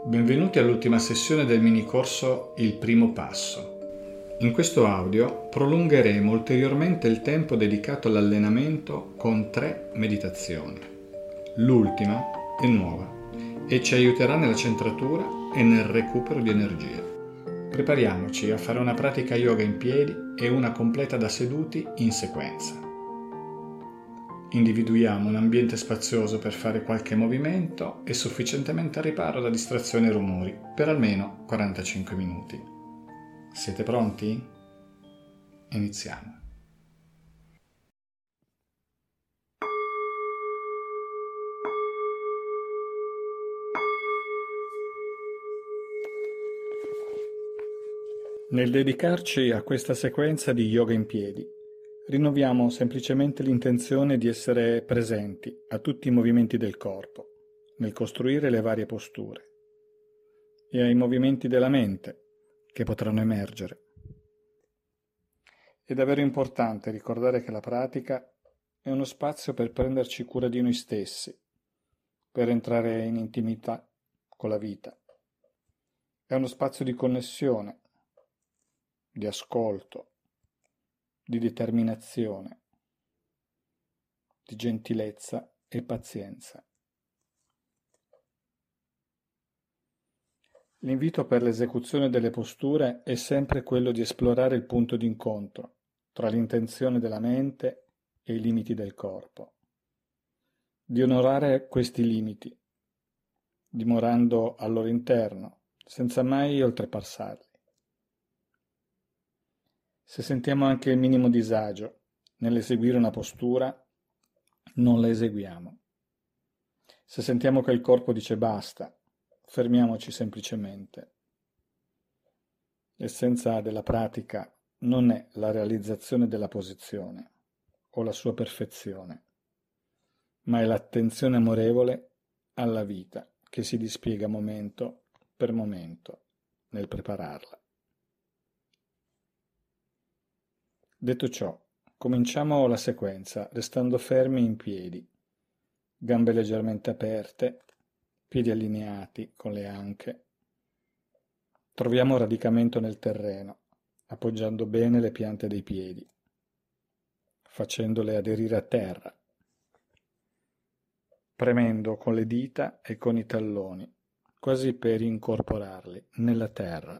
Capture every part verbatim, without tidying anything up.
Benvenuti all'ultima sessione del mini corso Il primo passo. In questo audio prolungheremo ulteriormente il tempo dedicato all'allenamento con tre meditazioni. L'ultima è nuova e ci aiuterà nella centratura e nel recupero di energia. Prepariamoci a fare una pratica yoga in piedi e una completa da seduti in sequenza. Individuiamo un ambiente spazioso per fare qualche movimento e sufficientemente a riparo da distrazioni e rumori per almeno quarantacinque minuti. Siete pronti? Iniziamo. Nel dedicarci a questa sequenza di yoga in piedi, rinnoviamo semplicemente l'intenzione di essere presenti a tutti i movimenti del corpo, nel costruire le varie posture, e ai movimenti della mente che potranno emergere. È davvero importante ricordare che la pratica è uno spazio per prenderci cura di noi stessi, per entrare in intimità con la vita. È uno spazio di connessione, di ascolto, di determinazione, di gentilezza e pazienza. L'invito per l'esecuzione delle posture è sempre quello di esplorare il punto d'incontro tra l'intenzione della mente e i limiti del corpo, di onorare questi limiti, dimorando al loro interno, senza mai oltrepassarli. Se sentiamo anche il minimo disagio nell'eseguire una postura, non la eseguiamo. Se sentiamo che il corpo dice basta, fermiamoci semplicemente. L'essenza della pratica non è la realizzazione della posizione o la sua perfezione, ma è l'attenzione amorevole alla vita che si dispiega momento per momento nel prepararla. Detto ciò, cominciamo la sequenza restando fermi in piedi, gambe leggermente aperte, piedi allineati con le anche. Troviamo radicamento nel terreno, appoggiando bene le piante dei piedi, facendole aderire a terra, premendo con le dita e con i talloni, quasi per incorporarli nella terra.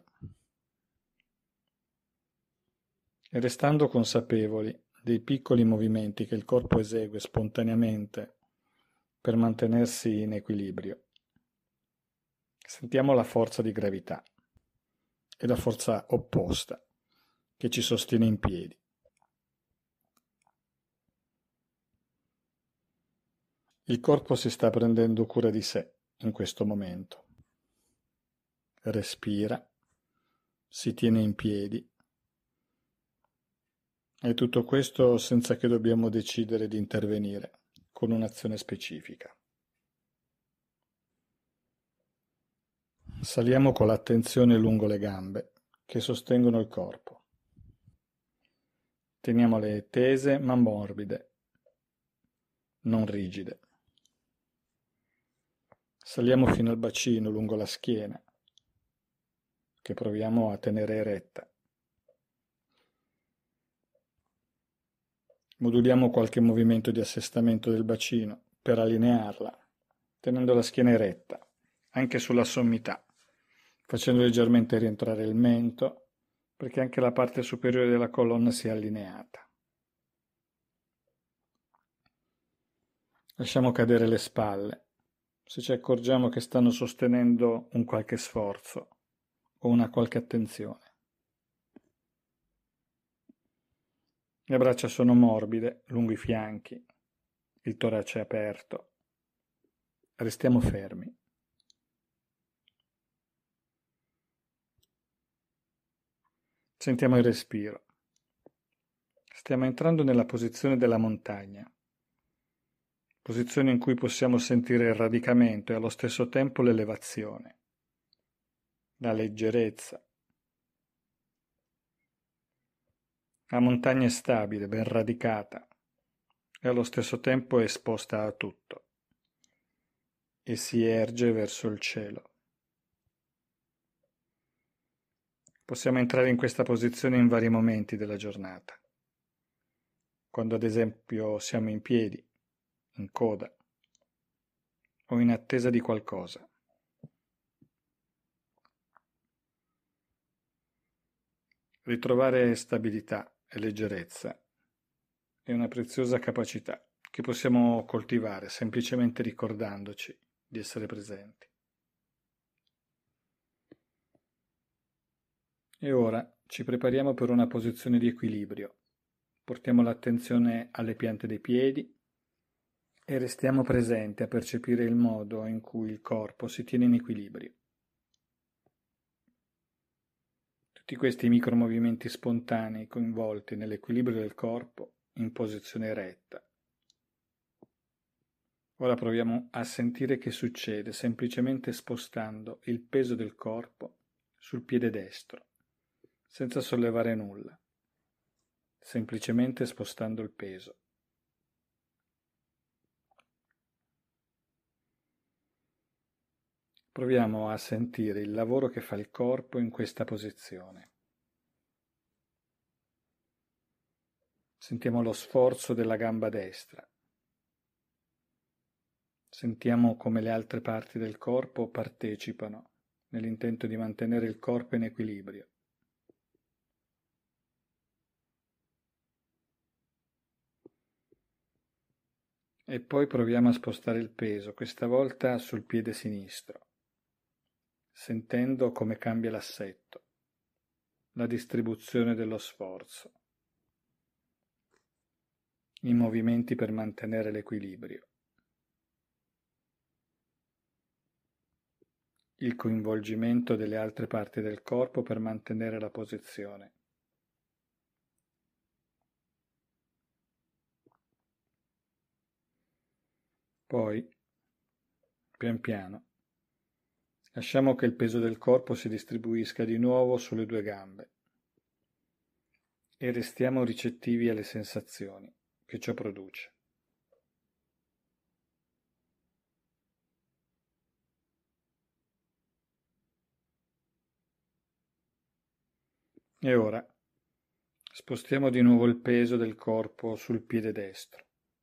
E restando consapevoli dei piccoli movimenti che il corpo esegue spontaneamente per mantenersi in equilibrio, sentiamo la forza di gravità e la forza opposta che ci sostiene in piedi. Il corpo si sta prendendo cura di sé in questo momento. Respira, si tiene in piedi. E tutto questo senza che dobbiamo decidere di intervenire con un'azione specifica. Saliamo con l'attenzione lungo le gambe che sostengono il corpo. Teniamole tese ma morbide, non rigide. Saliamo fino al bacino lungo la schiena, che proviamo a tenere eretta. Moduliamo qualche movimento di assestamento del bacino per allinearla, tenendo la schiena eretta, anche sulla sommità, facendo leggermente rientrare il mento, perché anche la parte superiore della colonna sia allineata. Lasciamo cadere le spalle, se ci accorgiamo che stanno sostenendo un qualche sforzo o una qualche attenzione. Le braccia sono morbide lungo i fianchi, il torace è aperto. Restiamo fermi. Sentiamo il respiro. Stiamo entrando nella posizione della montagna, posizione in cui possiamo sentire il radicamento e allo stesso tempo l'elevazione, la leggerezza. La montagna è stabile, ben radicata e allo stesso tempo è esposta a tutto e si erge verso il cielo. Possiamo entrare in questa posizione in vari momenti della giornata. Quando ad esempio siamo in piedi, in coda o in attesa di qualcosa. Ritrovare stabilità e leggerezza è una preziosa capacità che possiamo coltivare semplicemente ricordandoci di essere presenti. E ora ci prepariamo per una posizione di equilibrio. Portiamo l'attenzione alle piante dei piedi e restiamo presenti a percepire il modo in cui il corpo si tiene in equilibrio. Tutti questi micromovimenti spontanei coinvolti nell'equilibrio del corpo in posizione retta. Ora proviamo a sentire che succede semplicemente spostando il peso del corpo sul piede destro, senza sollevare nulla, semplicemente spostando il peso. Proviamo a sentire il lavoro che fa il corpo in questa posizione. Sentiamo lo sforzo della gamba destra. Sentiamo come le altre parti del corpo partecipano nell'intento di mantenere il corpo in equilibrio. E poi proviamo a spostare il peso, questa volta sul piede sinistro, sentendo come cambia l'assetto, la distribuzione dello sforzo, i movimenti per mantenere l'equilibrio, il coinvolgimento delle altre parti del corpo per mantenere la posizione. Poi, pian piano, lasciamo che il peso del corpo si distribuisca di nuovo sulle due gambe e restiamo ricettivi alle sensazioni che ciò produce. E ora spostiamo di nuovo il peso del corpo sul piede destro.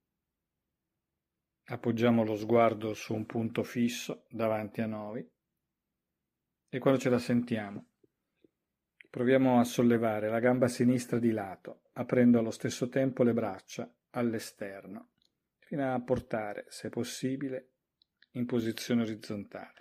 Appoggiamo lo sguardo su un punto fisso davanti a noi e quando ce la sentiamo proviamo a sollevare la gamba sinistra di lato, aprendo allo stesso tempo le braccia all'esterno, fino a portare, se possibile, in posizione orizzontale.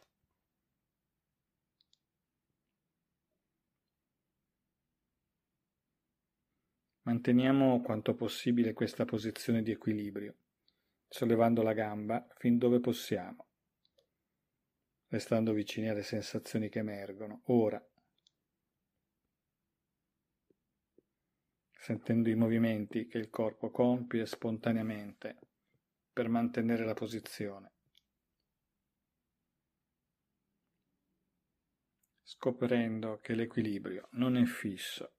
Manteniamo quanto possibile questa posizione di equilibrio, sollevando la gamba fin dove possiamo, restando vicini alle sensazioni che emergono, ora, sentendo i movimenti che il corpo compie spontaneamente per mantenere la posizione, scoprendo che l'equilibrio non è fisso,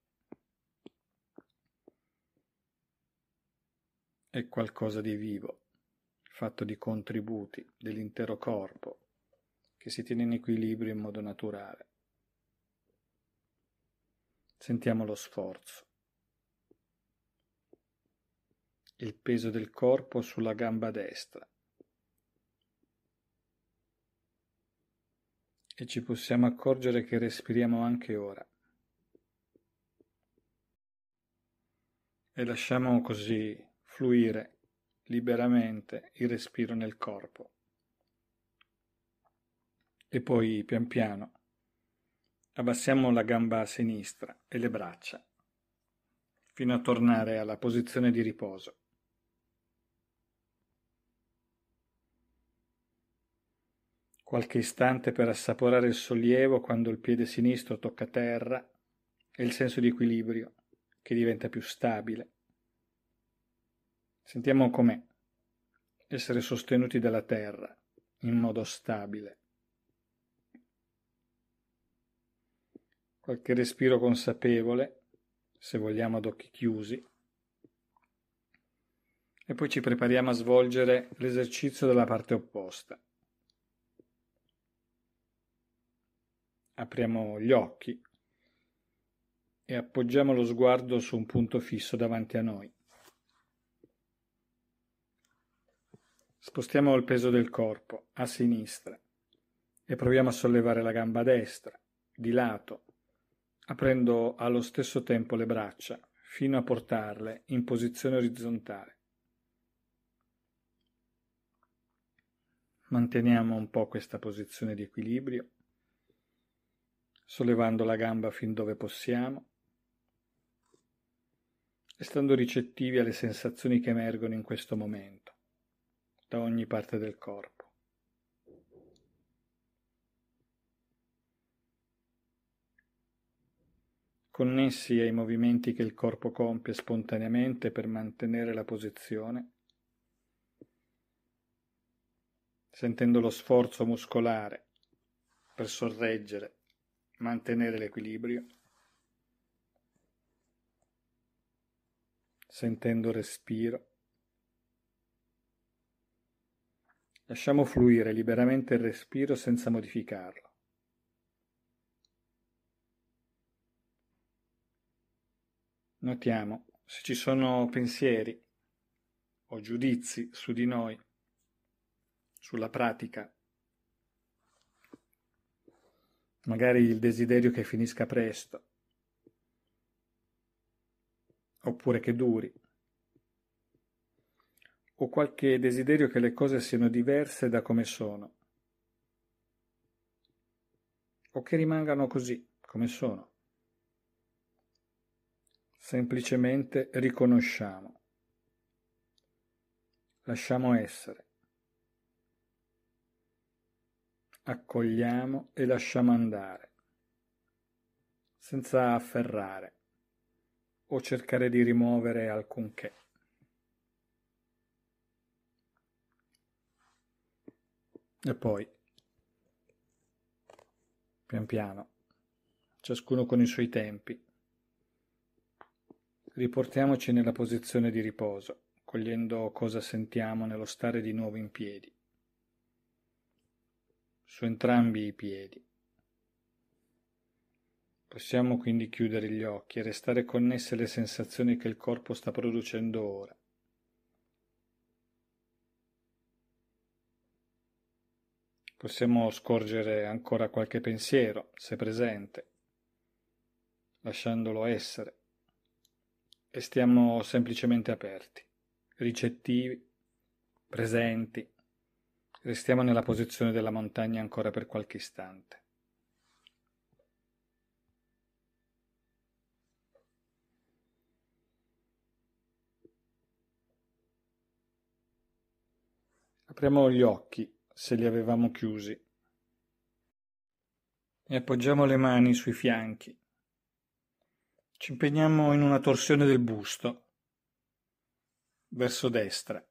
è qualcosa di vivo, fatto di contributi dell'intero corpo, che si tiene in equilibrio in modo naturale. Sentiamo lo sforzo, il peso del corpo sulla gamba destra e ci possiamo accorgere che respiriamo anche ora. E lasciamo così fluire liberamente il respiro nel corpo. E poi pian piano abbassiamo la gamba sinistra e le braccia fino a tornare alla posizione di riposo. Qualche istante per assaporare il sollievo quando il piede sinistro tocca terra e il senso di equilibrio che diventa più stabile. Sentiamo com'è essere sostenuti dalla terra in modo stabile. Qualche respiro consapevole, se vogliamo ad occhi chiusi, e poi ci prepariamo a svolgere l'esercizio della parte opposta. Apriamo gli occhi e appoggiamo lo sguardo su un punto fisso davanti a noi. Spostiamo il peso del corpo a sinistra e proviamo a sollevare la gamba destra, di lato, aprendo allo stesso tempo le braccia fino a portarle in posizione orizzontale. Manteniamo un po' questa posizione di equilibrio, sollevando la gamba fin dove possiamo e stando ricettivi alle sensazioni che emergono in questo momento, da ogni parte del corpo. Connessi ai movimenti che il corpo compie spontaneamente per mantenere la posizione, sentendo lo sforzo muscolare per sorreggere, mantenere l'equilibrio, sentendo il respiro. Lasciamo fluire liberamente il respiro senza modificarlo. Notiamo se ci sono pensieri o giudizi su di noi, sulla pratica, magari il desiderio che finisca presto, oppure che duri, o qualche desiderio che le cose siano diverse da come sono, o che rimangano così come sono. Semplicemente riconosciamo, lasciamo essere, accogliamo e lasciamo andare, senza afferrare o cercare di rimuovere alcunché. E poi, pian piano, ciascuno con i suoi tempi, riportiamoci nella posizione di riposo, cogliendo cosa sentiamo nello stare di nuovo in piedi, su entrambi i piedi. Possiamo quindi chiudere gli occhi e restare connessi alle sensazioni che il corpo sta producendo ora. Possiamo scorgere ancora qualche pensiero, se presente, lasciandolo essere, e stiamo semplicemente aperti, ricettivi, presenti. Restiamo nella posizione della montagna ancora per qualche istante. Apriamo gli occhi, se li avevamo chiusi, e appoggiamo le mani sui fianchi. Ci impegniamo in una torsione del busto, verso destra.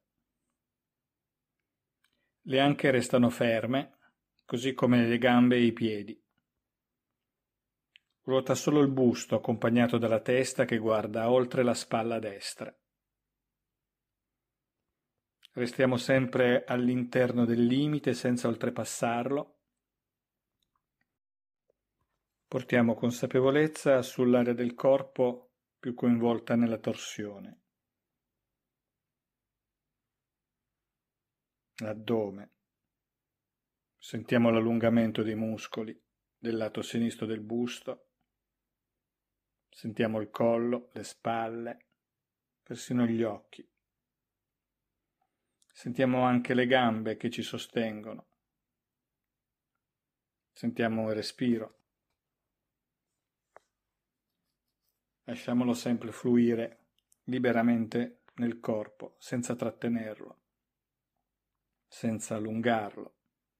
Le anche restano ferme, così come le gambe e i piedi. Ruota solo il busto, accompagnato dalla testa che guarda oltre la spalla destra. Restiamo sempre all'interno del limite senza oltrepassarlo. Portiamo consapevolezza sull'area del corpo più coinvolta nella torsione. L'addome. Sentiamo l'allungamento dei muscoli del lato sinistro del busto. Sentiamo il collo, le spalle, persino gli occhi. Sentiamo anche le gambe che ci sostengono. Sentiamo il respiro. Lasciamolo sempre fluire liberamente nel corpo, senza trattenerlo, senza allungarlo.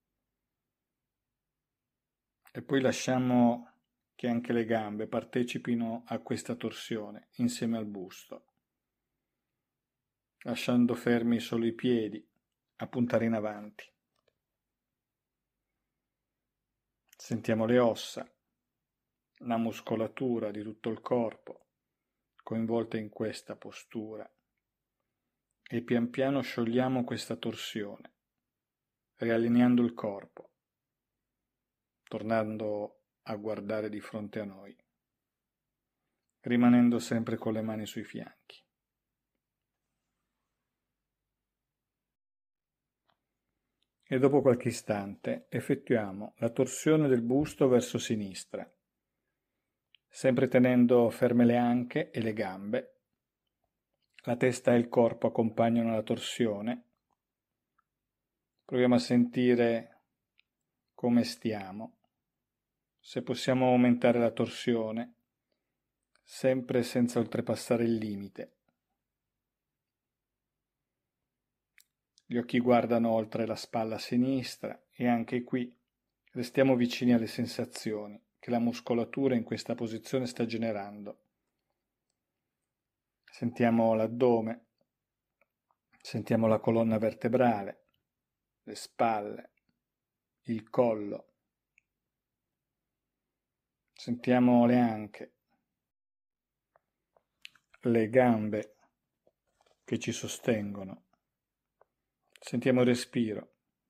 E poi lasciamo che anche le gambe partecipino a questa torsione insieme al busto, lasciando fermi solo i piedi a puntare in avanti. Sentiamo le ossa, la muscolatura di tutto il corpo coinvolta in questa postura e pian piano sciogliamo questa torsione, riallineando il corpo, tornando a guardare di fronte a noi, rimanendo sempre con le mani sui fianchi. E dopo qualche istante effettuiamo la torsione del busto verso sinistra, sempre tenendo ferme le anche e le gambe. La testa e il corpo accompagnano la torsione. Proviamo a sentire come stiamo, se possiamo aumentare la torsione, sempre senza oltrepassare il limite. Gli occhi guardano oltre la spalla sinistra e anche qui restiamo vicini alle sensazioni che la muscolatura in questa posizione sta generando. Sentiamo l'addome, sentiamo la colonna vertebrale, le spalle, il collo. Sentiamo le anche, le gambe che ci sostengono. Sentiamo il respiro.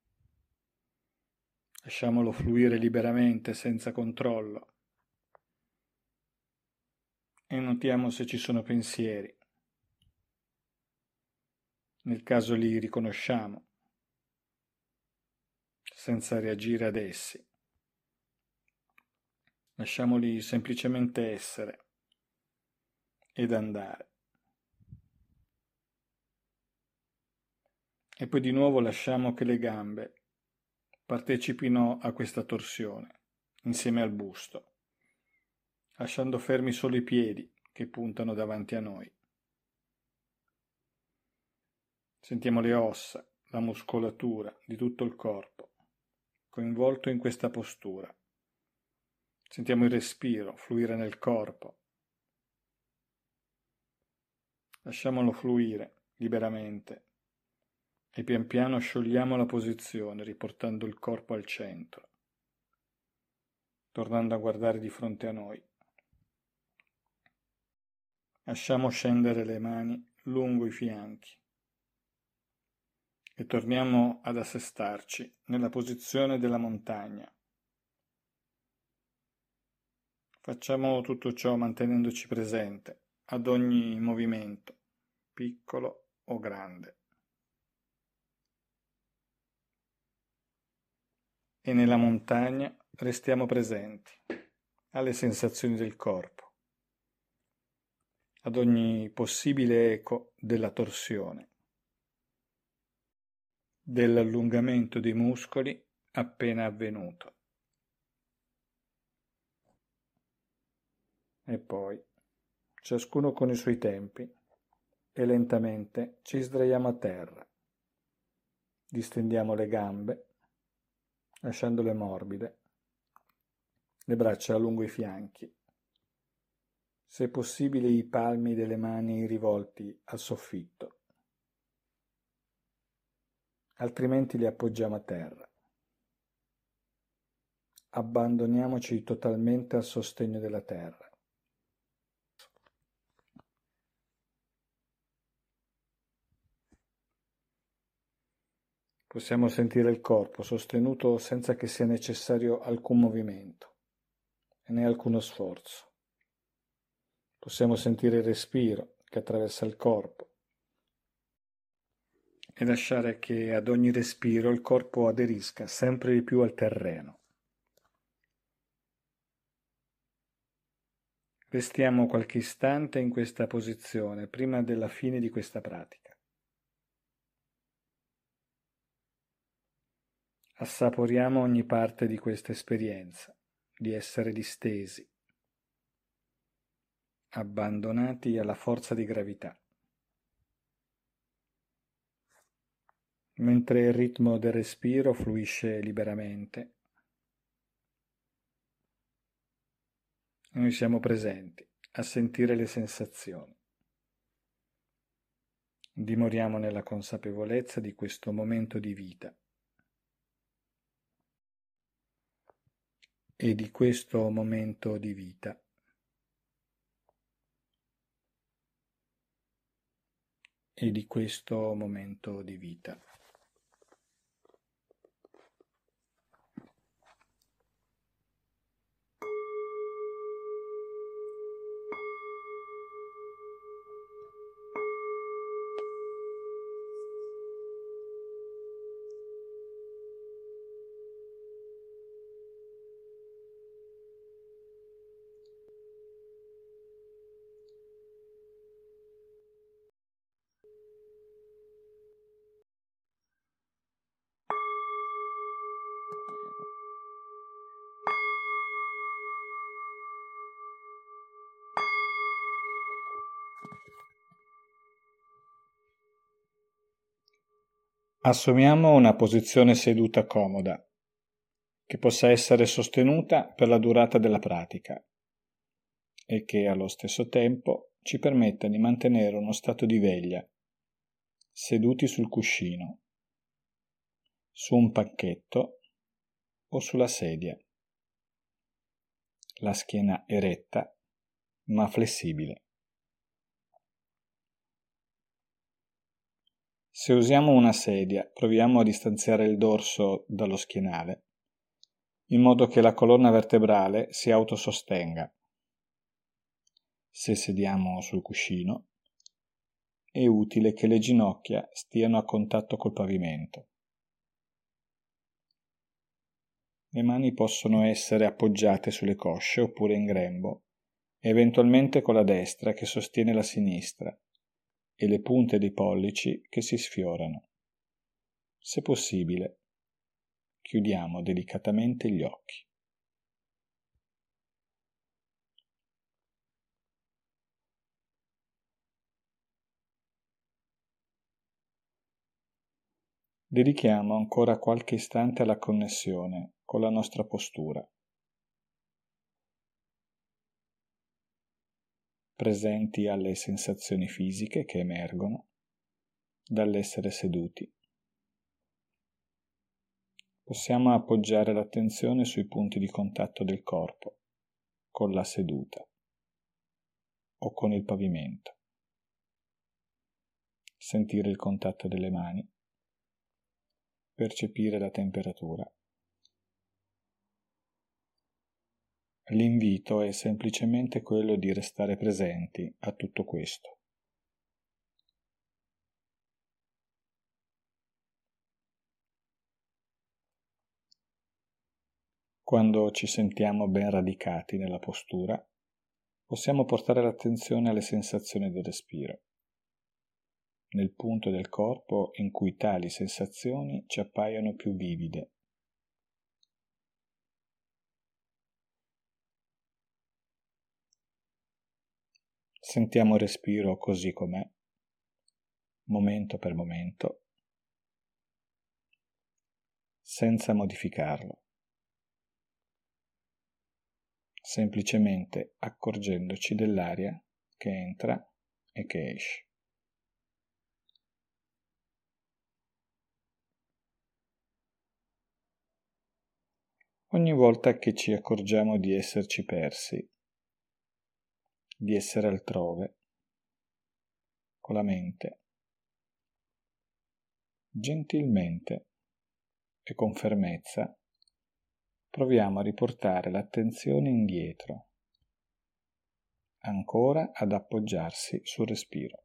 Lasciamolo fluire liberamente, senza controllo. E notiamo se ci sono pensieri. Nel caso li riconosciamo, senza reagire ad essi. Lasciamoli semplicemente essere ed andare. E poi di nuovo lasciamo che le gambe partecipino a questa torsione, insieme al busto, lasciando fermi solo i piedi che puntano davanti a noi. Sentiamo le ossa, la muscolatura di tutto il corpo, coinvolto in questa postura. Sentiamo il respiro fluire nel corpo. Lasciamolo fluire liberamente e pian piano sciogliamo la posizione, riportando il corpo al centro, tornando a guardare di fronte a noi. Lasciamo scendere le mani lungo i fianchi e torniamo ad assestarci nella posizione della montagna. Facciamo tutto ciò mantenendoci presente ad ogni movimento, piccolo o grande. E nella montagna restiamo presenti alle sensazioni del corpo, ad ogni possibile eco della torsione, dell'allungamento dei muscoli appena avvenuto. E poi, ciascuno con i suoi tempi, e lentamente ci sdraiamo a terra, distendiamo le gambe, lasciandole morbide, le braccia lungo i fianchi, se possibile i palmi delle mani rivolti al soffitto, altrimenti li appoggiamo a terra. Abbandoniamoci totalmente al sostegno della terra. Possiamo sentire il corpo sostenuto senza che sia necessario alcun movimento e né alcuno sforzo. Possiamo sentire il respiro che attraversa il corpo e lasciare che ad ogni respiro il corpo aderisca sempre di più al terreno. Restiamo qualche istante in questa posizione prima della fine di questa pratica. Assaporiamo ogni parte di questa esperienza, di essere distesi, abbandonati alla forza di gravità. Mentre il ritmo del respiro fluisce liberamente, noi siamo presenti a sentire le sensazioni. Dimoriamo nella consapevolezza di questo momento di vita e di questo momento di vita e di questo momento di vita. Assumiamo una posizione seduta comoda, che possa essere sostenuta per la durata della pratica e che allo stesso tempo ci permetta di mantenere uno stato di veglia, seduti sul cuscino, su un pacchetto o sulla sedia, la schiena eretta ma flessibile. Se usiamo una sedia, proviamo a distanziare il dorso dallo schienale, in modo che la colonna vertebrale si autosostenga. Se sediamo sul cuscino, è utile che le ginocchia stiano a contatto col pavimento. Le mani possono essere appoggiate sulle cosce oppure in grembo, eventualmente con la destra che sostiene la sinistra e le punte dei pollici che si sfiorano. Se possibile, chiudiamo delicatamente gli occhi. Dedichiamo ancora qualche istante alla connessione con la nostra postura, presenti alle sensazioni fisiche che emergono dall'essere seduti. Possiamo appoggiare l'attenzione sui punti di contatto del corpo, con la seduta o con il pavimento. Sentire il contatto delle mani, percepire la temperatura. L'invito è semplicemente quello di restare presenti a tutto questo. Quando ci sentiamo ben radicati nella postura, possiamo portare l'attenzione alle sensazioni del respiro, nel punto del corpo in cui tali sensazioni ci appaiono più vivide. Sentiamo il respiro così com'è, momento per momento, senza modificarlo, semplicemente accorgendoci dell'aria che entra e che esce. Ogni volta che ci accorgiamo di esserci persi, di essere altrove, con la mente, gentilmente e con fermezza, proviamo a riportare l'attenzione indietro, ancora ad appoggiarsi sul respiro.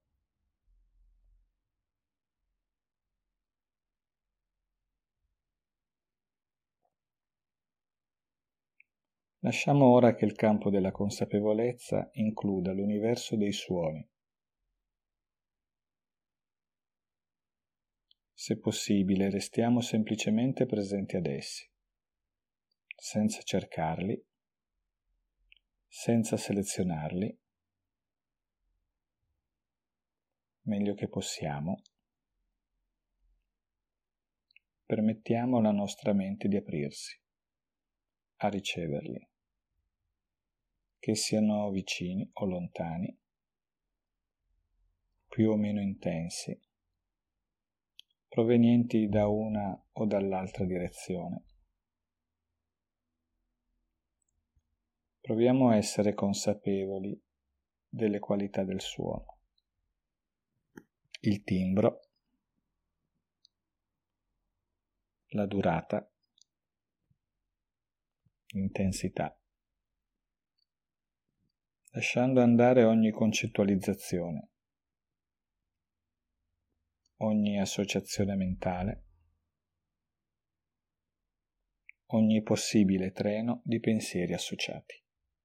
Lasciamo ora che il campo della consapevolezza includa l'universo dei suoni. Se possibile, restiamo semplicemente presenti ad essi, senza cercarli, senza selezionarli, meglio che possiamo. Permettiamo alla nostra mente di aprirsi, a riceverli, che siano vicini o lontani, più o meno intensi, provenienti da una o dall'altra direzione. Proviamo a essere consapevoli delle qualità del suono, il timbro, la durata, l'intensità, lasciando andare ogni concettualizzazione, ogni associazione mentale, ogni possibile treno di pensieri associati.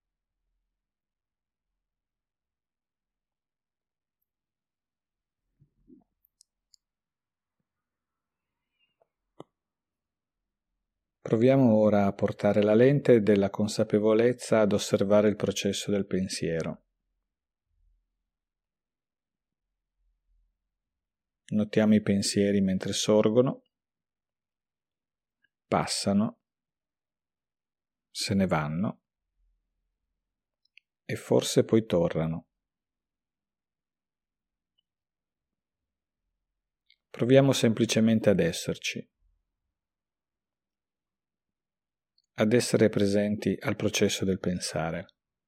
Proviamo ora a portare la lente della consapevolezza ad osservare il processo del pensiero. Notiamo i pensieri mentre sorgono, passano, se ne vanno e forse poi tornano. Proviamo semplicemente ad esserci, ad essere presenti al processo del pensare.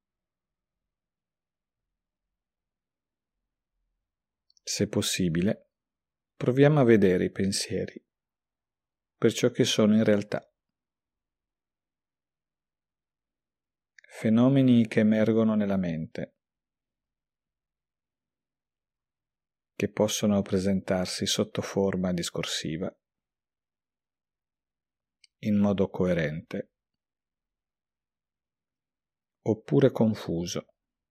Se possibile, proviamo a vedere i pensieri per ciò che sono in realtà. Fenomeni che emergono nella mente, che possono presentarsi sotto forma discorsiva, in modo coerente, oppure confuso.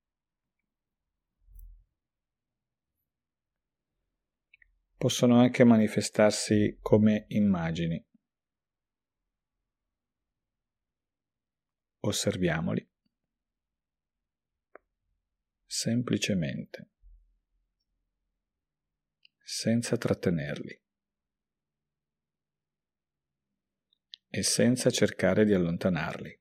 Possono anche manifestarsi come immagini. Osserviamoli semplicemente, senza trattenerli e senza cercare di allontanarli.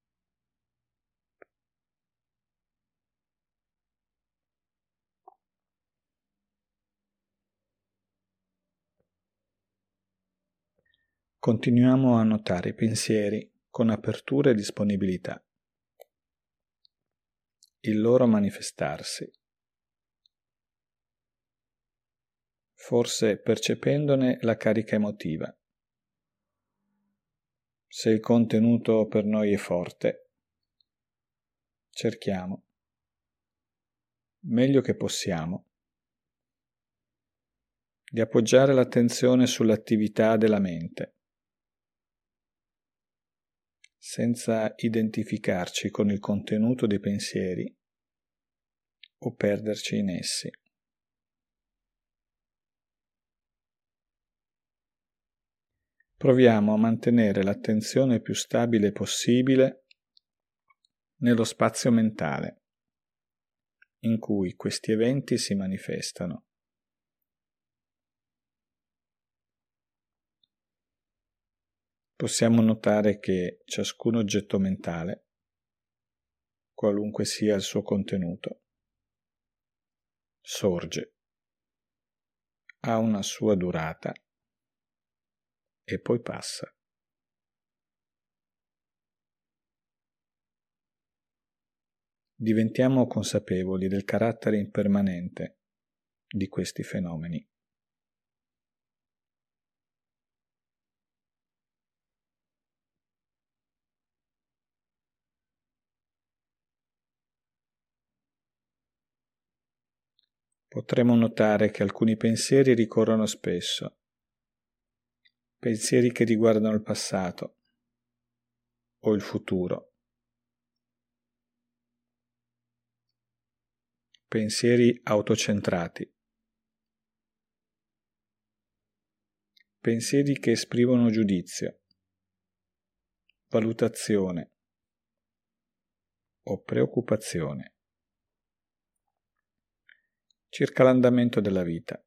Continuiamo a notare i pensieri con apertura e disponibilità, il loro manifestarsi, forse percependone la carica emotiva. Se il contenuto per noi è forte, cerchiamo, meglio che possiamo, di appoggiare l'attenzione sull'attività della mente, senza identificarci con il contenuto dei pensieri o perderci in essi. Proviamo a mantenere l'attenzione più stabile possibile nello spazio mentale in cui questi eventi si manifestano. Possiamo notare che ciascun oggetto mentale, qualunque sia il suo contenuto, sorge, ha una sua durata e poi passa. Diventiamo consapevoli del carattere impermanente di questi fenomeni. Potremo notare che alcuni pensieri ricorrono spesso, pensieri che riguardano il passato o il futuro, pensieri autocentrati, pensieri che esprimono giudizio, valutazione o preoccupazione circa l'andamento della vita.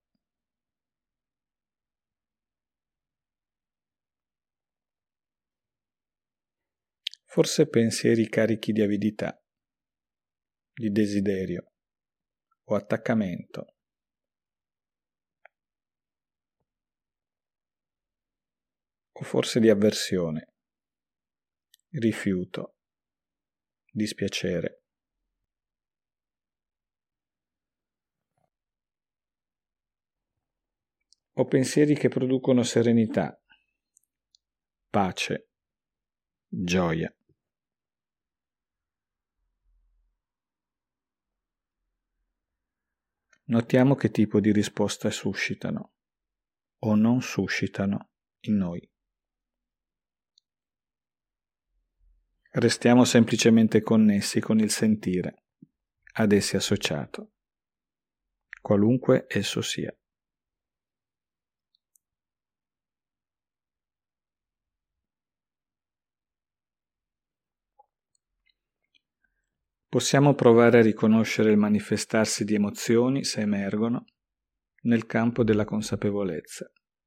Forse pensieri carichi di avidità, di desiderio o attaccamento. O forse di avversione, rifiuto, dispiacere. O pensieri che producono serenità, pace, gioia. Notiamo che tipo di risposta suscitano o non suscitano in noi. Restiamo semplicemente connessi con il sentire, ad essi associato, qualunque esso sia. Possiamo provare a riconoscere il manifestarsi di emozioni se emergono, nel campo della consapevolezza,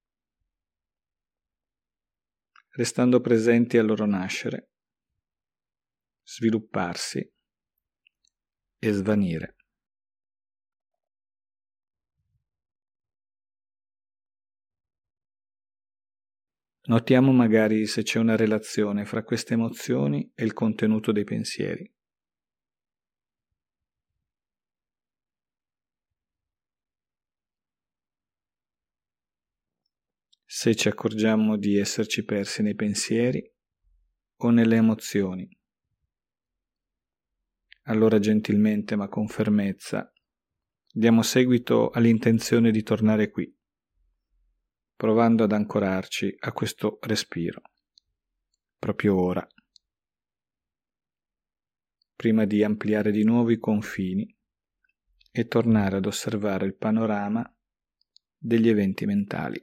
restando presenti al loro nascere, svilupparsi e svanire. Notiamo magari se c'è una relazione fra queste emozioni e il contenuto dei pensieri. Se ci accorgiamo di esserci persi nei pensieri o nelle emozioni, allora gentilmente ma con fermezza diamo seguito all'intenzione di tornare qui, provando ad ancorarci a questo respiro, proprio ora, prima di ampliare di nuovo i confini e tornare ad osservare il panorama degli eventi mentali.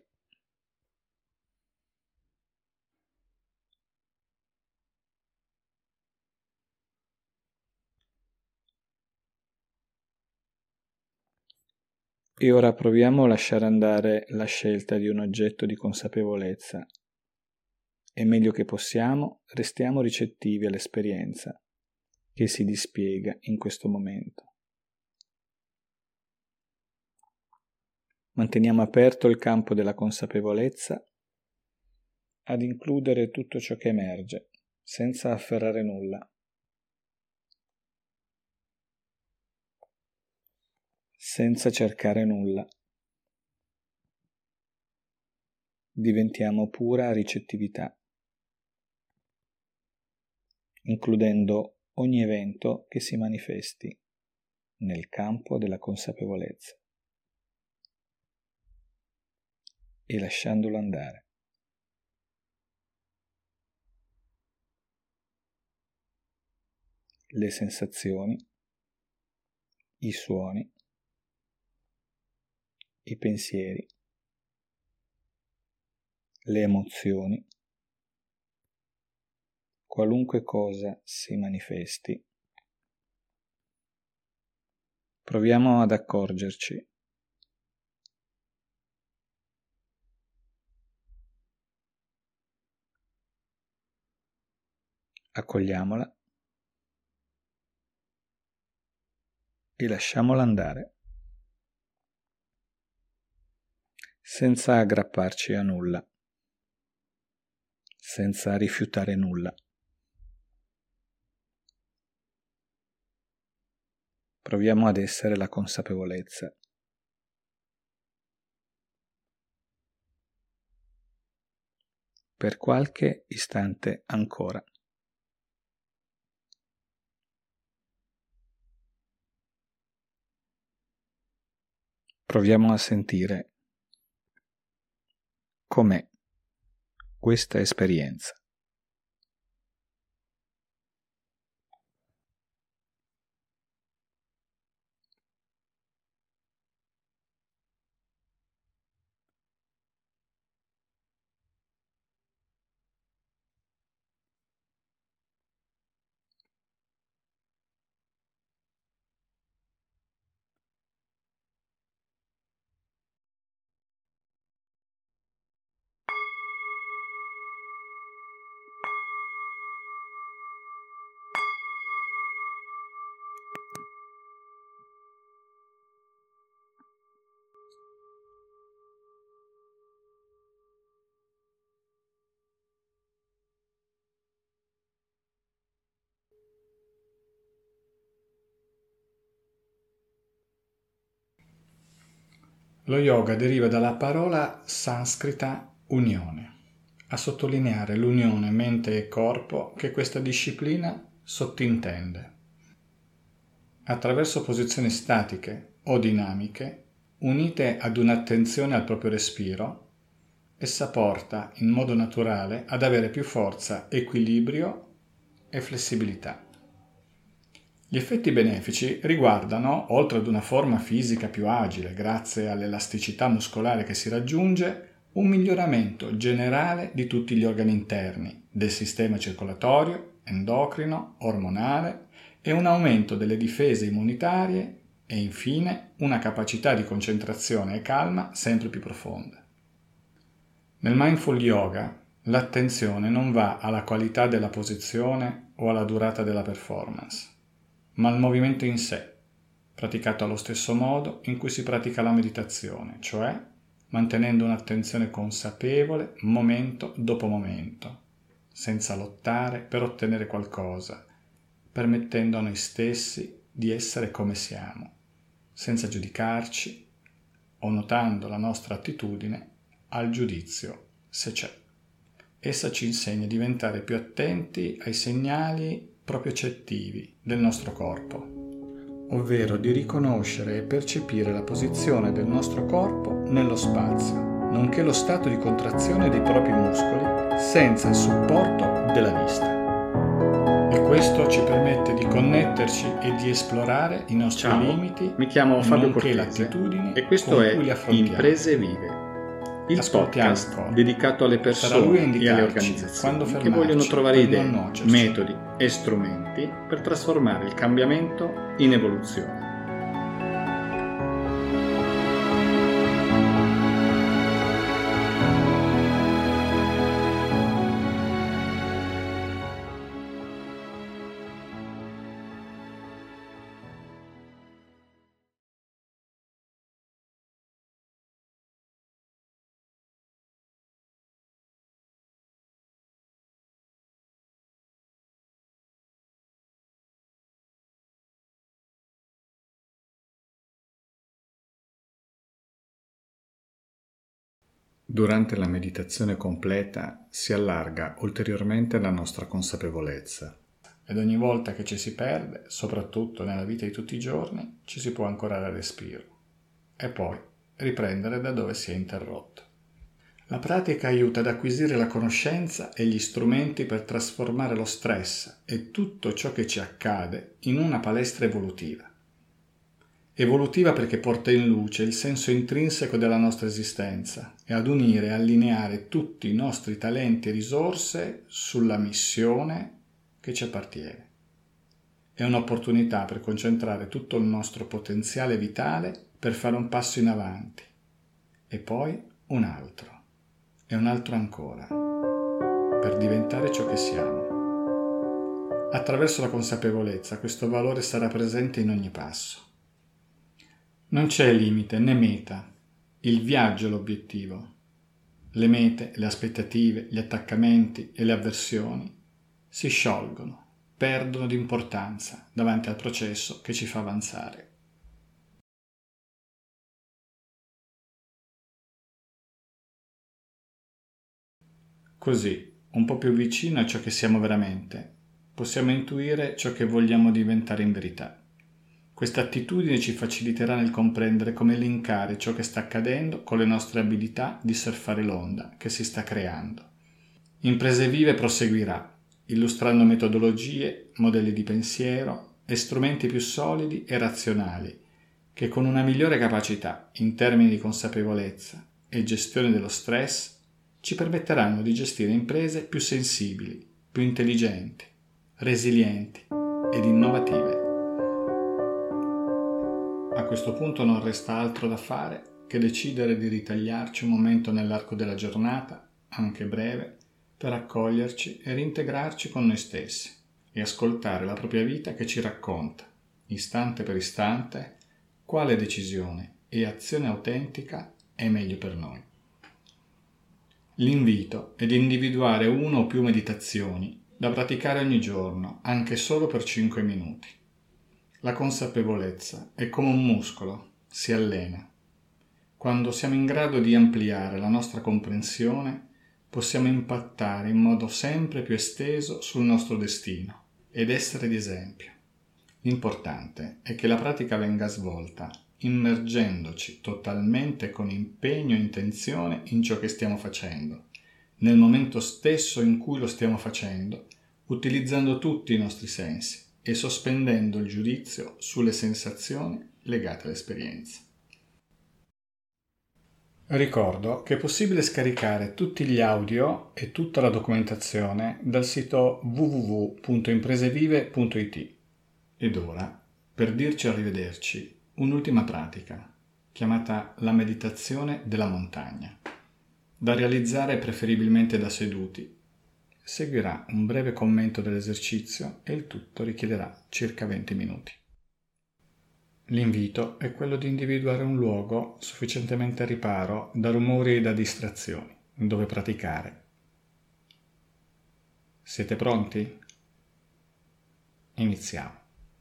E ora proviamo a lasciare andare la scelta di un oggetto di consapevolezza e meglio che possiamo restiamo ricettivi all'esperienza che si dispiega in questo momento. Manteniamo aperto il campo della consapevolezza ad includere tutto ciò che emerge, senza afferrare nulla. Senza cercare nulla. Diventiamo pura ricettività, includendo ogni evento che si manifesti nel campo della consapevolezza e lasciandolo andare. Le sensazioni, i suoni, i pensieri, le emozioni, qualunque cosa si manifesti. Proviamo ad accorgerci. Accogliamola e lasciamola andare, senza aggrapparci a nulla, senza rifiutare nulla. Proviamo ad essere la consapevolezza. Per qualche istante ancora. Proviamo a sentire com'è questa esperienza. Lo yoga deriva dalla parola sanscrita unione, a sottolineare l'unione mente e corpo che questa disciplina sottintende. Attraverso posizioni statiche o dinamiche, unite ad un'attenzione al proprio respiro, essa porta in modo naturale ad avere più forza, equilibrio e flessibilità. Gli effetti benefici riguardano, oltre ad una forma fisica più agile grazie all'elasticità muscolare che si raggiunge, un miglioramento generale di tutti gli organi interni, del sistema circolatorio, endocrino, ormonale e un aumento delle difese immunitarie e infine una capacità di concentrazione e calma sempre più profonda. Nel Mindful Yoga l'attenzione non va alla qualità della posizione o alla durata della performance, ma al movimento in sé, praticato allo stesso modo in cui si pratica la meditazione, cioè mantenendo un'attenzione consapevole momento dopo momento, senza lottare per ottenere qualcosa, permettendo a noi stessi di essere come siamo, senza giudicarci o notando la nostra attitudine al giudizio se c'è. Essa ci insegna a diventare più attenti ai segnali propriocettivi del nostro corpo, ovvero di riconoscere e percepire la posizione del nostro corpo nello spazio, nonché lo stato di contrazione dei propri muscoli senza il supporto della vista. E questo ci permette di connetterci e di esplorare i nostri Ciao, limiti, mi chiamo Fabio Cortese l'attitudine e questo con è cui li affrontiamo. Imprese Vive, il Ascoltiamo podcast ancora. dedicato alle Sarà lui a persone e alle indicarci organizzazioni quando che fermarci vogliono trovare per idee, non nuocerci. metodi e strumenti per trasformare il cambiamento in evoluzione. Durante la meditazione completa si allarga ulteriormente la nostra consapevolezza. Ed ogni volta che ci si perde, soprattutto nella vita di tutti i giorni, ci si può ancorare al respiro e poi riprendere da dove si è interrotto. La pratica aiuta ad acquisire la conoscenza e gli strumenti per trasformare lo stress e tutto ciò che ci accade in una palestra evolutiva. Evolutiva perché porta in luce il senso intrinseco della nostra esistenza e ad unire e allineare tutti i nostri talenti e risorse sulla missione che ci appartiene. È un'opportunità per concentrare tutto il nostro potenziale vitale per fare un passo in avanti e poi un altro e un altro ancora per diventare ciò che siamo. Attraverso la consapevolezza questo valore sarà presente in ogni passo. Non c'è limite né meta, il viaggio è l'obiettivo. Le mete, le aspettative, gli attaccamenti e le avversioni si sciolgono, perdono di importanza davanti al processo che ci fa avanzare. Così, un po' più vicino a ciò che siamo veramente, possiamo intuire ciò che vogliamo diventare in verità. Questa attitudine ci faciliterà nel comprendere come linkare ciò che sta accadendo con le nostre abilità di surfare l'onda che si sta creando. Imprese Vive proseguirà, illustrando metodologie, modelli di pensiero e strumenti più solidi e razionali che con una migliore capacità in termini di consapevolezza e gestione dello stress ci permetteranno di gestire imprese più sensibili, più intelligenti, resilienti ed innovative. A questo punto non resta altro da fare che decidere di ritagliarci un momento nell'arco della giornata, anche breve, per accoglierci e reintegrarci con noi stessi e ascoltare la propria vita che ci racconta, istante per istante, quale decisione e azione autentica è meglio per noi. L'invito è di individuare una o più meditazioni da praticare ogni giorno, anche solo per cinque minuti. La consapevolezza è come un muscolo, si allena. Quando siamo in grado di ampliare la nostra comprensione, possiamo impattare in modo sempre più esteso sul nostro destino ed essere di esempio. L'importante è che la pratica venga svolta immergendoci totalmente con impegno e intenzione in ciò che stiamo facendo, nel momento stesso in cui lo stiamo facendo, utilizzando tutti i nostri sensi e sospendendo il giudizio sulle sensazioni legate all'esperienza. Ricordo che è possibile scaricare tutti gli audio e tutta la documentazione dal sito w w w punto impresevive punto i t. Ed ora, per dirci arrivederci un'ultima pratica, chiamata la meditazione della montagna, da realizzare preferibilmente da seduti. Seguirà un breve commento dell'esercizio e il tutto richiederà circa venti minuti. L'invito è quello di individuare un luogo sufficientemente a riparo da rumori e da distrazioni, dove praticare. Siete pronti? Iniziamo.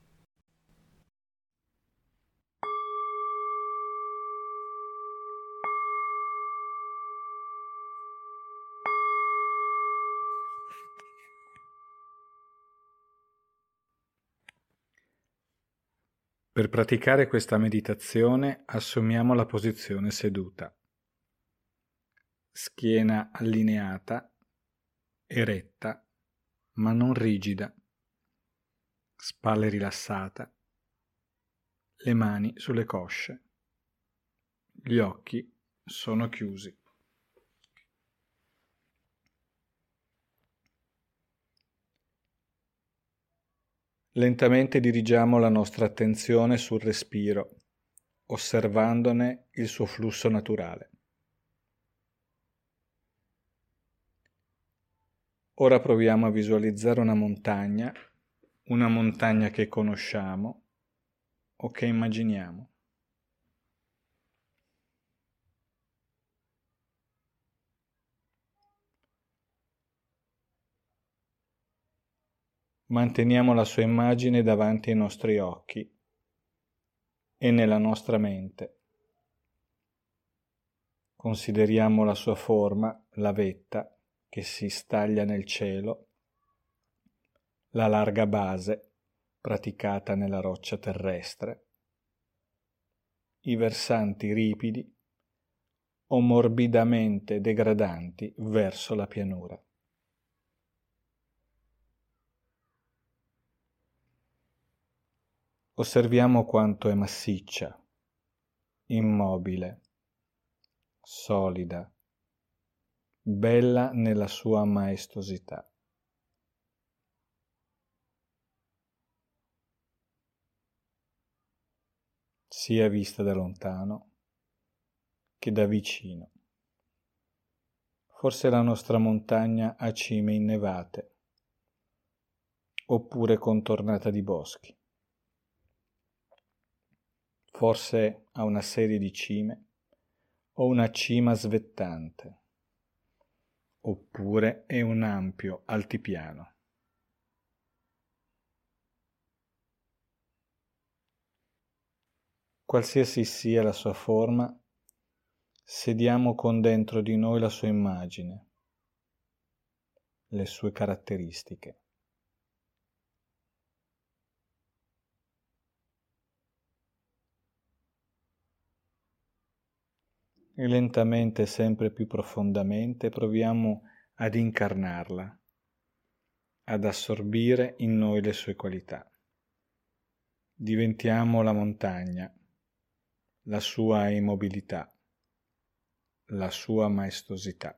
Per praticare questa meditazione assumiamo la posizione seduta. Schiena allineata, eretta, ma non rigida. Spalle rilassate, le mani sulle cosce. Gli occhi sono chiusi. Lentamente dirigiamo la nostra attenzione sul respiro, osservandone il suo flusso naturale. Ora proviamo a visualizzare una montagna, una montagna che conosciamo o che immaginiamo. Manteniamo la sua immagine davanti ai nostri occhi e nella nostra mente. Consideriamo la sua forma, la vetta che si staglia nel cielo, la larga base praticata nella roccia terrestre, i versanti ripidi o morbidamente degradanti verso la pianura. Osserviamo quanto è massiccia, immobile, solida, bella nella sua maestosità. Sia vista da lontano che da vicino. Forse la nostra montagna ha cime innevate, oppure contornata di boschi. Forse ha una serie di cime o una cima svettante, oppure è un ampio altipiano. Qualsiasi sia la sua forma, sediamo con dentro di noi la sua immagine, le sue caratteristiche. E lentamente, sempre più profondamente, proviamo ad incarnarla, ad assorbire in noi le sue qualità. Diventiamo la montagna, la sua immobilità, la sua maestosità.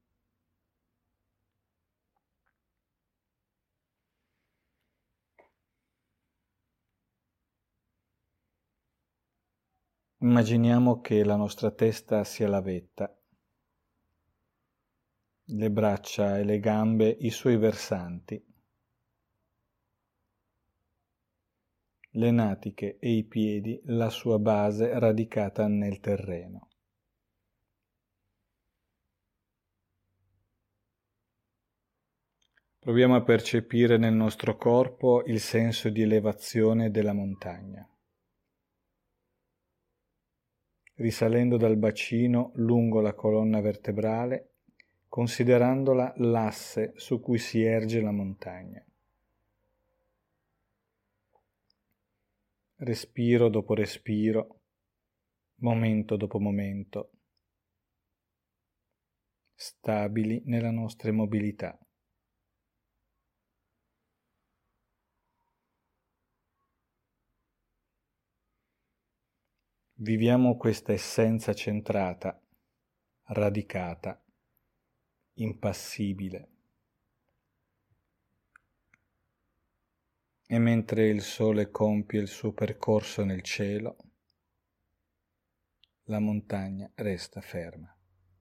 Immaginiamo che la nostra testa sia la vetta, le braccia e le gambe i suoi versanti, le natiche e i piedi la sua base radicata nel terreno. Proviamo a percepire nel nostro corpo il senso di elevazione della montagna, risalendo dal bacino lungo la colonna vertebrale, considerandola l'asse su cui si erge la montagna. Respiro dopo respiro, momento dopo momento, stabili nella nostra immobilità. Viviamo questa essenza centrata, radicata, impassibile. E mentre il sole compie il suo percorso nel cielo, la montagna resta ferma.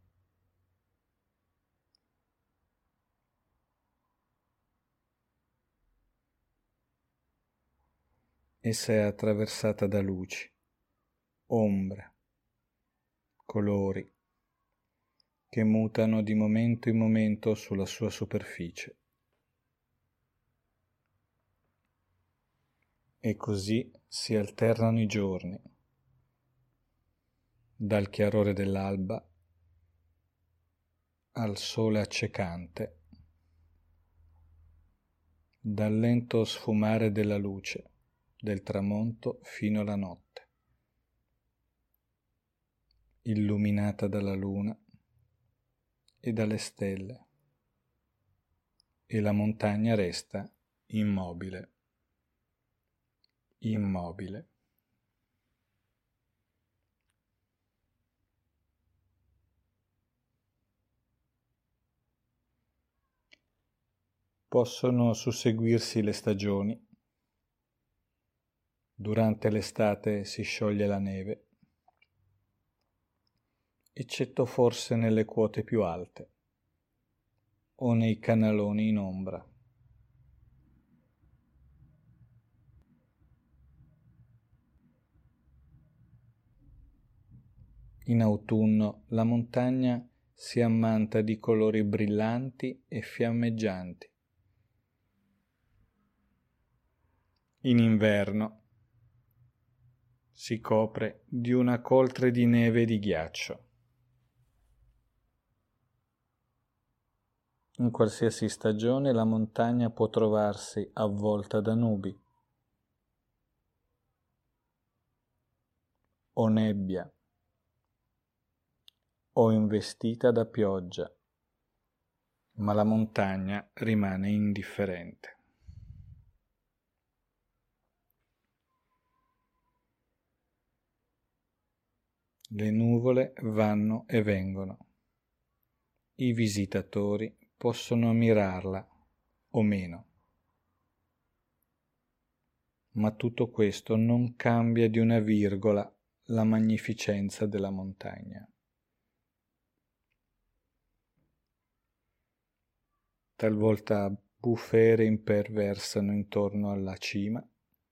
Essa è attraversata da luci, ombre, colori che mutano di momento in momento sulla sua superficie. E così si alternano i giorni, dal chiarore dell'alba al sole accecante, dal lento sfumare della luce del tramonto fino alla notte, illuminata dalla luna e dalle stelle, e la montagna resta immobile, immobile. Possono susseguirsi le stagioni. Durante l'estate si scioglie la neve, eccetto forse nelle quote più alte o nei canaloni in ombra. In autunno la montagna si ammanta di colori brillanti e fiammeggianti. In inverno si copre di una coltre di neve e di ghiaccio. In qualsiasi stagione la montagna può trovarsi avvolta da nubi o nebbia o investita da pioggia, ma la montagna rimane indifferente. Le nuvole vanno e vengono. I visitatori possono ammirarla o meno. Ma tutto questo non cambia di una virgola la magnificenza della montagna. Talvolta bufere imperversano intorno alla cima,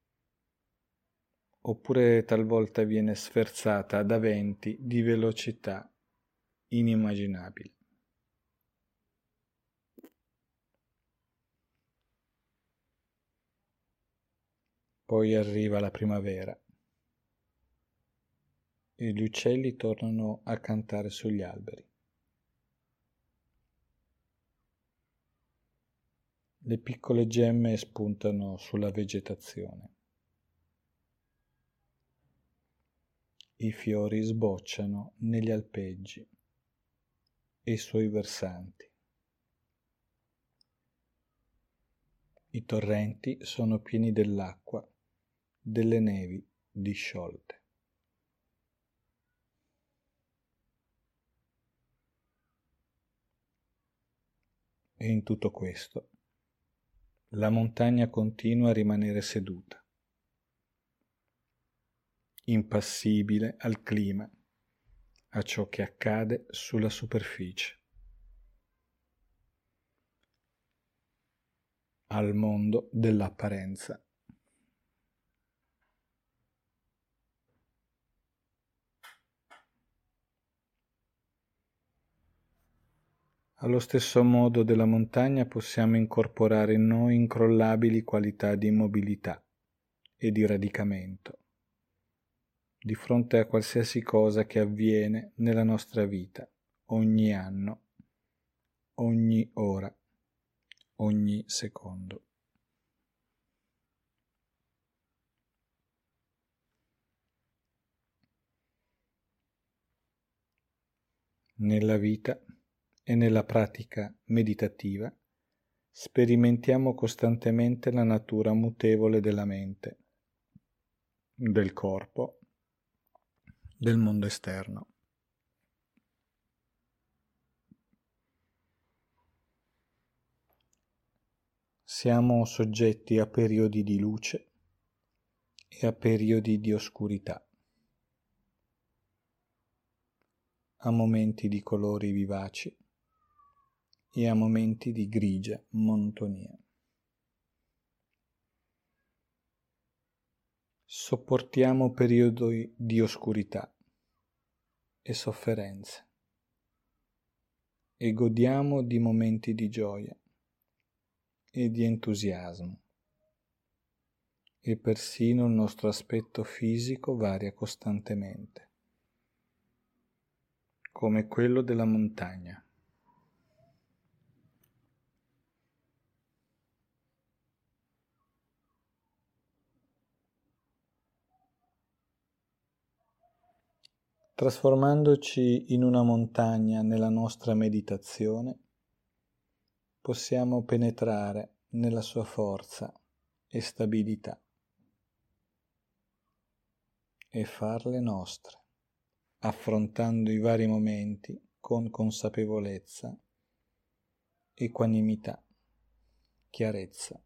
oppure talvolta viene sferzata da venti di velocità inimmaginabili. Poi arriva la primavera e gli uccelli tornano a cantare sugli alberi. Le piccole gemme spuntano sulla vegetazione. I fiori sbocciano negli alpeggi e sui versanti. I torrenti sono pieni dell'acqua, delle nevi disciolte. E in tutto questo la montagna continua a rimanere seduta, impassibile al clima, a ciò che accade sulla superficie, al mondo dell'apparenza. Allo stesso modo della montagna possiamo incorporare in noi incrollabili qualità di immobilità e di radicamento di fronte a qualsiasi cosa che avviene nella nostra vita, ogni anno, ogni ora, ogni secondo. Nella vita e nella pratica meditativa sperimentiamo costantemente la natura mutevole della mente, del corpo, del mondo esterno. Siamo soggetti a periodi di luce e a periodi di oscurità. a momenti di colori vivaci e a momenti di grigia monotonia. Sopportiamo periodi di oscurità e sofferenze e godiamo di momenti di gioia e di entusiasmo, e persino il nostro aspetto fisico varia costantemente, come quello della montagna. Trasformandoci in una montagna nella nostra meditazione, possiamo penetrare nella sua forza e stabilità e farle nostre, affrontando i vari momenti con consapevolezza, equanimità, chiarezza.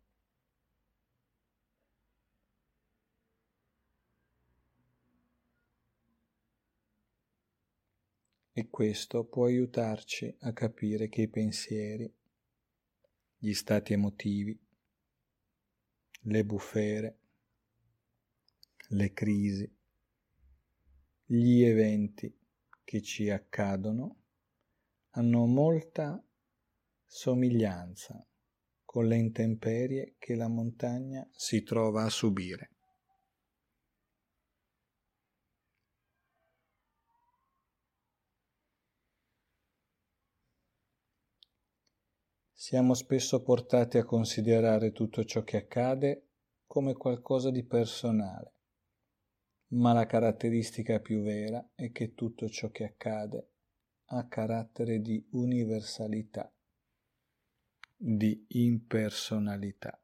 E questo può aiutarci a capire che i pensieri, gli stati emotivi, le bufere, le crisi, gli eventi che ci accadono hanno molta somiglianza con le intemperie che la montagna si trova a subire. Siamo spesso portati a considerare tutto ciò che accade come qualcosa di personale, ma la caratteristica più vera è che tutto ciò che accade ha carattere di universalità, di impersonalità.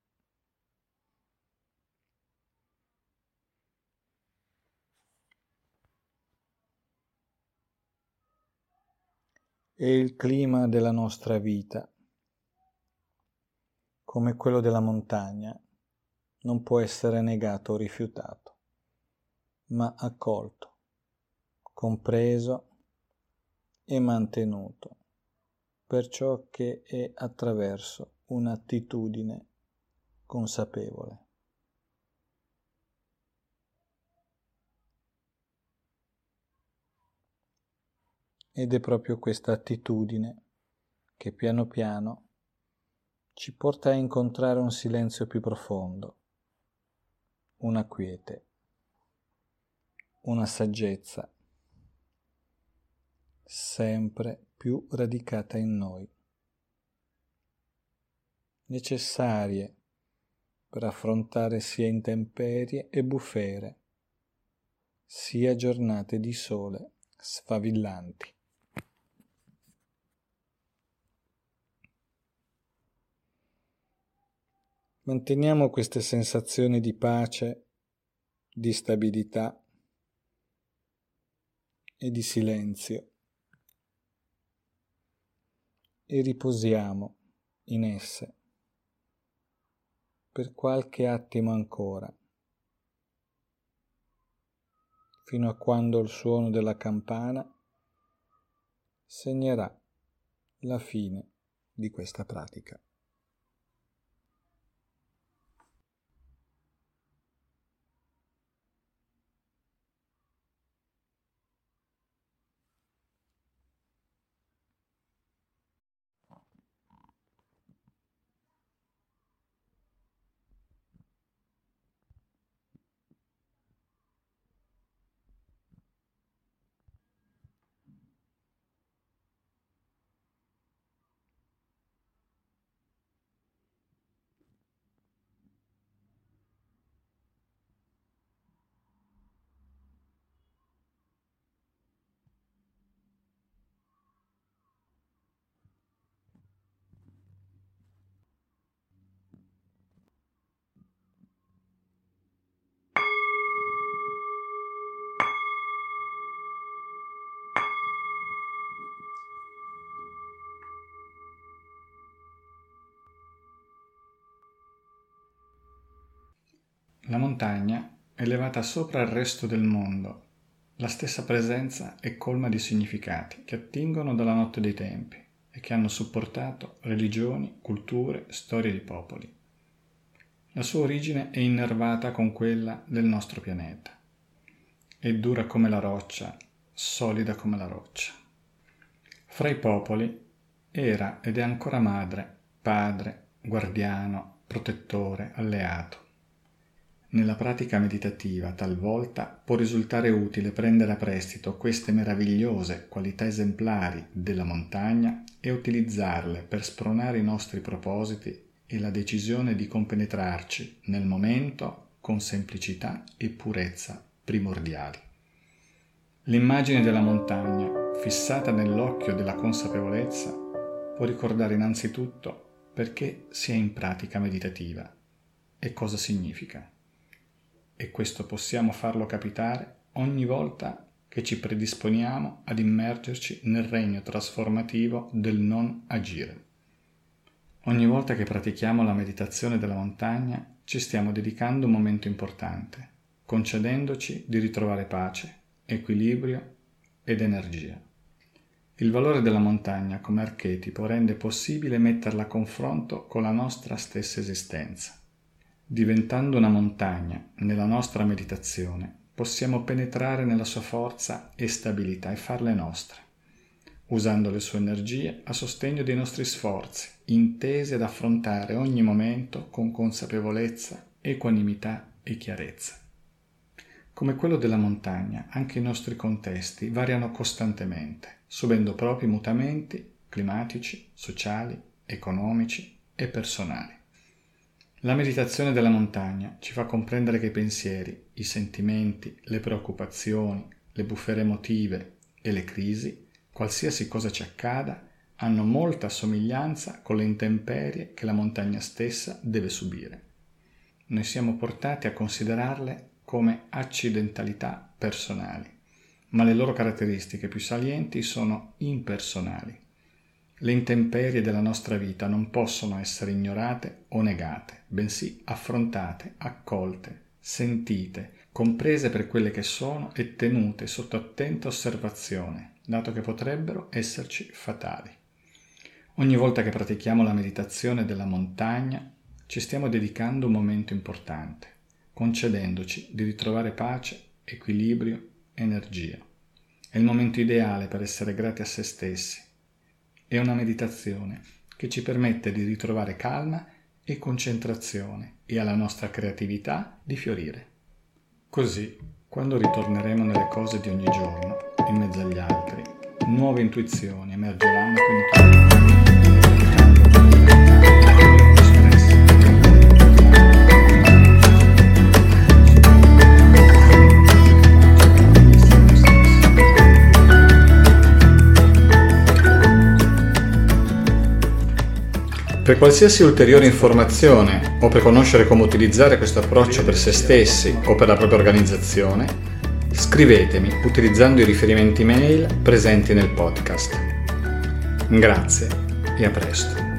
E il clima della nostra vita, come quello della montagna, non può essere negato o rifiutato, ma accolto, compreso e mantenuto per ciò che è attraverso un'attitudine consapevole. Ed è proprio questa attitudine che piano piano ci porta a incontrare un silenzio più profondo, una quiete, una saggezza sempre più radicata in noi, necessarie per affrontare sia intemperie e bufere, sia giornate di sole sfavillanti. Manteniamo queste sensazioni di pace, di stabilità e di silenzio e riposiamo in esse per qualche attimo ancora, fino a quando il suono della campana segnerà la fine di questa pratica. La montagna, elevata sopra il resto del mondo la stessa presenza è colma di significati che attingono dalla notte dei tempi e che hanno supportato religioni, culture, storie di popoli. La sua origine è innervata con quella del nostro pianeta. È dura come la roccia, solida come la roccia. Fra i popoli era ed è ancora madre, padre, guardiano, protettore, alleato. Nella pratica meditativa talvolta può risultare utile prendere a prestito queste meravigliose qualità esemplari della montagna e utilizzarle per spronare i nostri propositi e la decisione di compenetrarci nel momento con semplicità e purezza primordiali. L'immagine della montagna, fissata nell'occhio della consapevolezza, può ricordare innanzitutto perché si è in pratica meditativa e cosa significa. E questo possiamo farlo capitare ogni volta che ci predisponiamo ad immergerci nel regno trasformativo del non agire. Ogni volta che pratichiamo la meditazione della montagna ci stiamo dedicando un momento importante, concedendoci di ritrovare pace, equilibrio ed energia. Il valore della montagna come archetipo rende possibile metterla a confronto con la nostra stessa esistenza. Diventando una montagna nella nostra meditazione, possiamo penetrare nella sua forza e stabilità e farle nostre, usando le sue energie a sostegno dei nostri sforzi, intesi ad affrontare ogni momento con consapevolezza, equanimità e chiarezza. Come quello della montagna, anche i nostri contesti variano costantemente, subendo propri mutamenti climatici, sociali, economici e personali. La meditazione della montagna ci fa comprendere che i pensieri, i sentimenti, le preoccupazioni, le bufere emotive e le crisi, qualsiasi cosa ci accada, hanno molta somiglianza con le intemperie che la montagna stessa deve subire. Noi siamo portati a considerarle come accidentalità personali, ma le loro caratteristiche più salienti sono impersonali. Le intemperie della nostra vita non possono essere ignorate o negate, bensì affrontate, accolte, sentite, comprese per quelle che sono e tenute sotto attenta osservazione, dato che potrebbero esserci fatali. Ogni volta che pratichiamo la meditazione della montagna, ci stiamo dedicando un momento importante, concedendoci di ritrovare pace, equilibrio, energia. È il momento ideale per essere grati a se stessi. È una meditazione che ci permette di ritrovare calma e concentrazione e alla nostra creatività di fiorire. Così, quando ritorneremo nelle cose di ogni giorno, in mezzo agli altri, nuove intuizioni emergeranno con i Per qualsiasi ulteriore informazione o per conoscere come utilizzare questo approccio per se stessi o per la propria organizzazione, scrivetemi utilizzando i riferimenti mail presenti nel podcast. Grazie e a presto.